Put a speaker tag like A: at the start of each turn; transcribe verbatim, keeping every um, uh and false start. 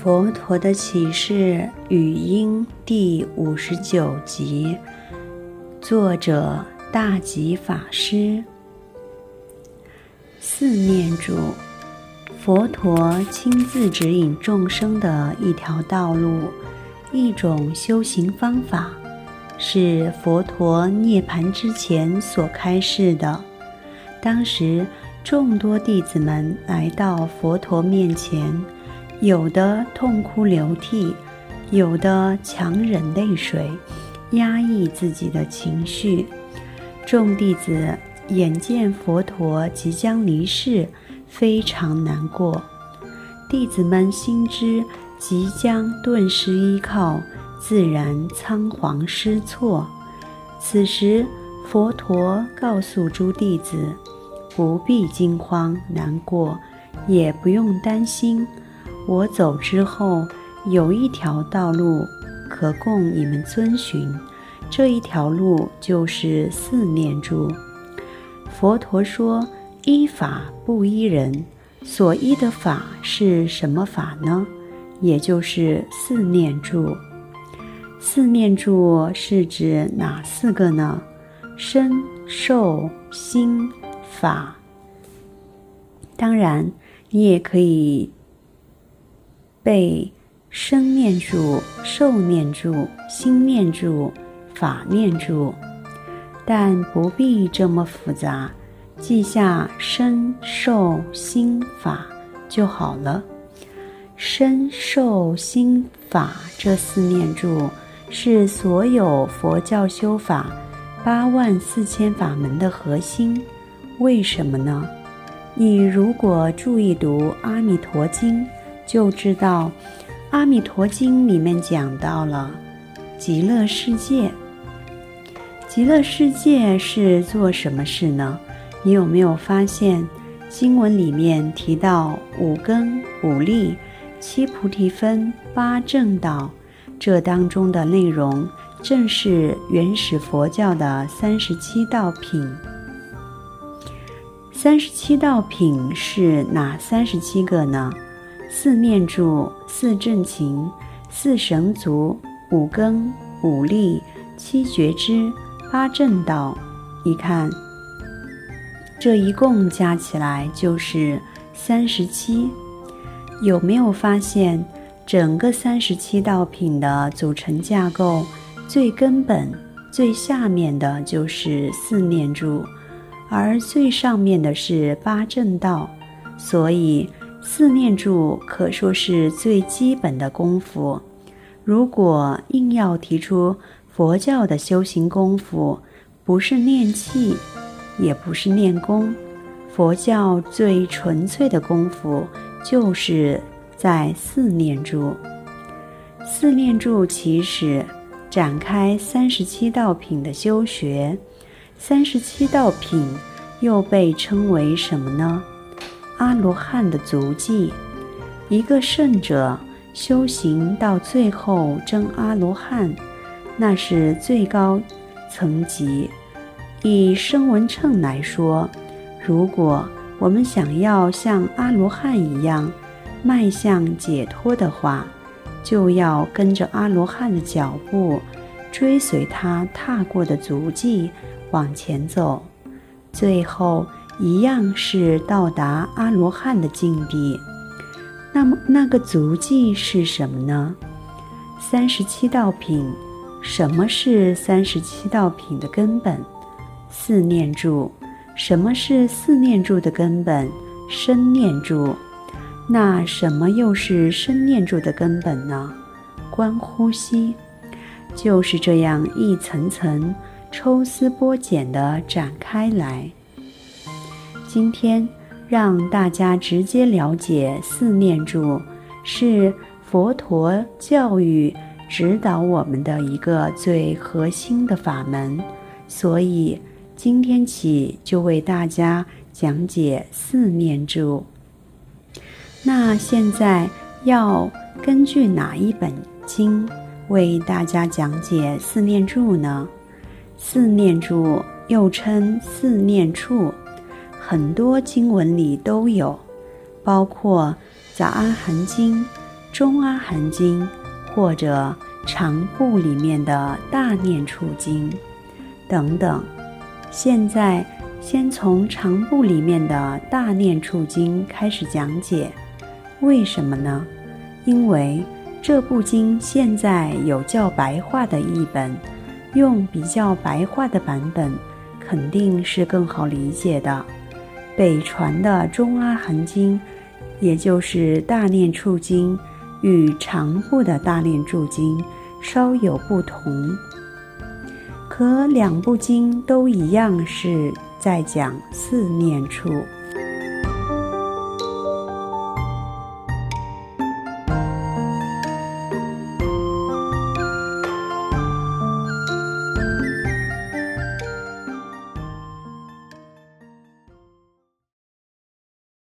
A: 佛陀的启示语音第五十九集，作者大吉法师。四念住，佛陀亲自指引众生的一条道路，一种修行方法，是佛陀涅槃之前所开示的。当时众多弟子们来到佛陀面前，有的痛哭流涕，有的强忍泪水，压抑自己的情绪。众弟子眼见佛陀即将离世，非常难过。弟子们心知即将顿失依靠，自然仓皇失措。此时佛陀告诉诸弟子，不必惊慌难过，也不用担心，我走之后有一条道路可供你们遵循，这一条路就是四念住。佛陀说，依法不依人，所依的法是什么法呢？也就是四念住。四念住是指哪四个呢？身、受、心、法。当然你也可以背身念住、受念住、心念住、法念住，但不必这么复杂，记下身、受、心、法就好了。身、受、心、法这四念住是所有佛教修法八万四千法门的核心。为什么呢？你如果注意读《阿弥陀经》，就知道阿弥陀经里面讲到了极乐世界。极乐世界是做什么事呢？你有没有发现经文里面提到五根、五力、七菩提分、八正道，这当中的内容正是原始佛教的三十七道品。三十七道品是哪三十七个呢？四念住、四正勤、四神足、五根、五力、七觉支、八正道。一看，这一共加起来就是三十七。有没有发现，整个三十七道品的组成架构，最根本、最下面的就是四念住，而最上面的是八正道。所以四念住可说是最基本的功夫。如果硬要提出佛教的修行功夫，不是念气，也不是念功，佛教最纯粹的功夫就是在四念住。四念住起始，展开三十七道品的修学。三十七道品又被称为什么呢？阿罗汉的足迹。一个圣者修行到最后证阿罗汉，那是最高层级。以声闻乘来说，如果我们想要像阿罗汉一样迈向解脱的话，就要跟着阿罗汉的脚步，追随他踏过的足迹往前走，最后一样是到达阿罗汉的境地。那么那个足迹是什么呢？三十七道品。什么是三十七道品的根本？四念住。什么是四念住的根本？身念住。那什么又是身念住的根本呢？观呼吸。就是这样一层层抽丝剥茧地展开来。今天让大家直接了解四念住，是佛陀教育指导我们的一个最核心的法门，所以今天起就为大家讲解四念住。那现在要根据哪一本经为大家讲解四念住呢？四念住又称四念处，很多经文里都有，包括杂阿含经、 中阿含经或者长部里面的大念处经等等。现在先从长部里面的大念处经开始讲解。为什么呢？因为这部经现在有较白话的译本，用比较白话的版本肯定是更好理解的。北传的中阿含经，也就是大念处经，与长部的大念处经稍有不同，可两部经都一样是在讲四念处。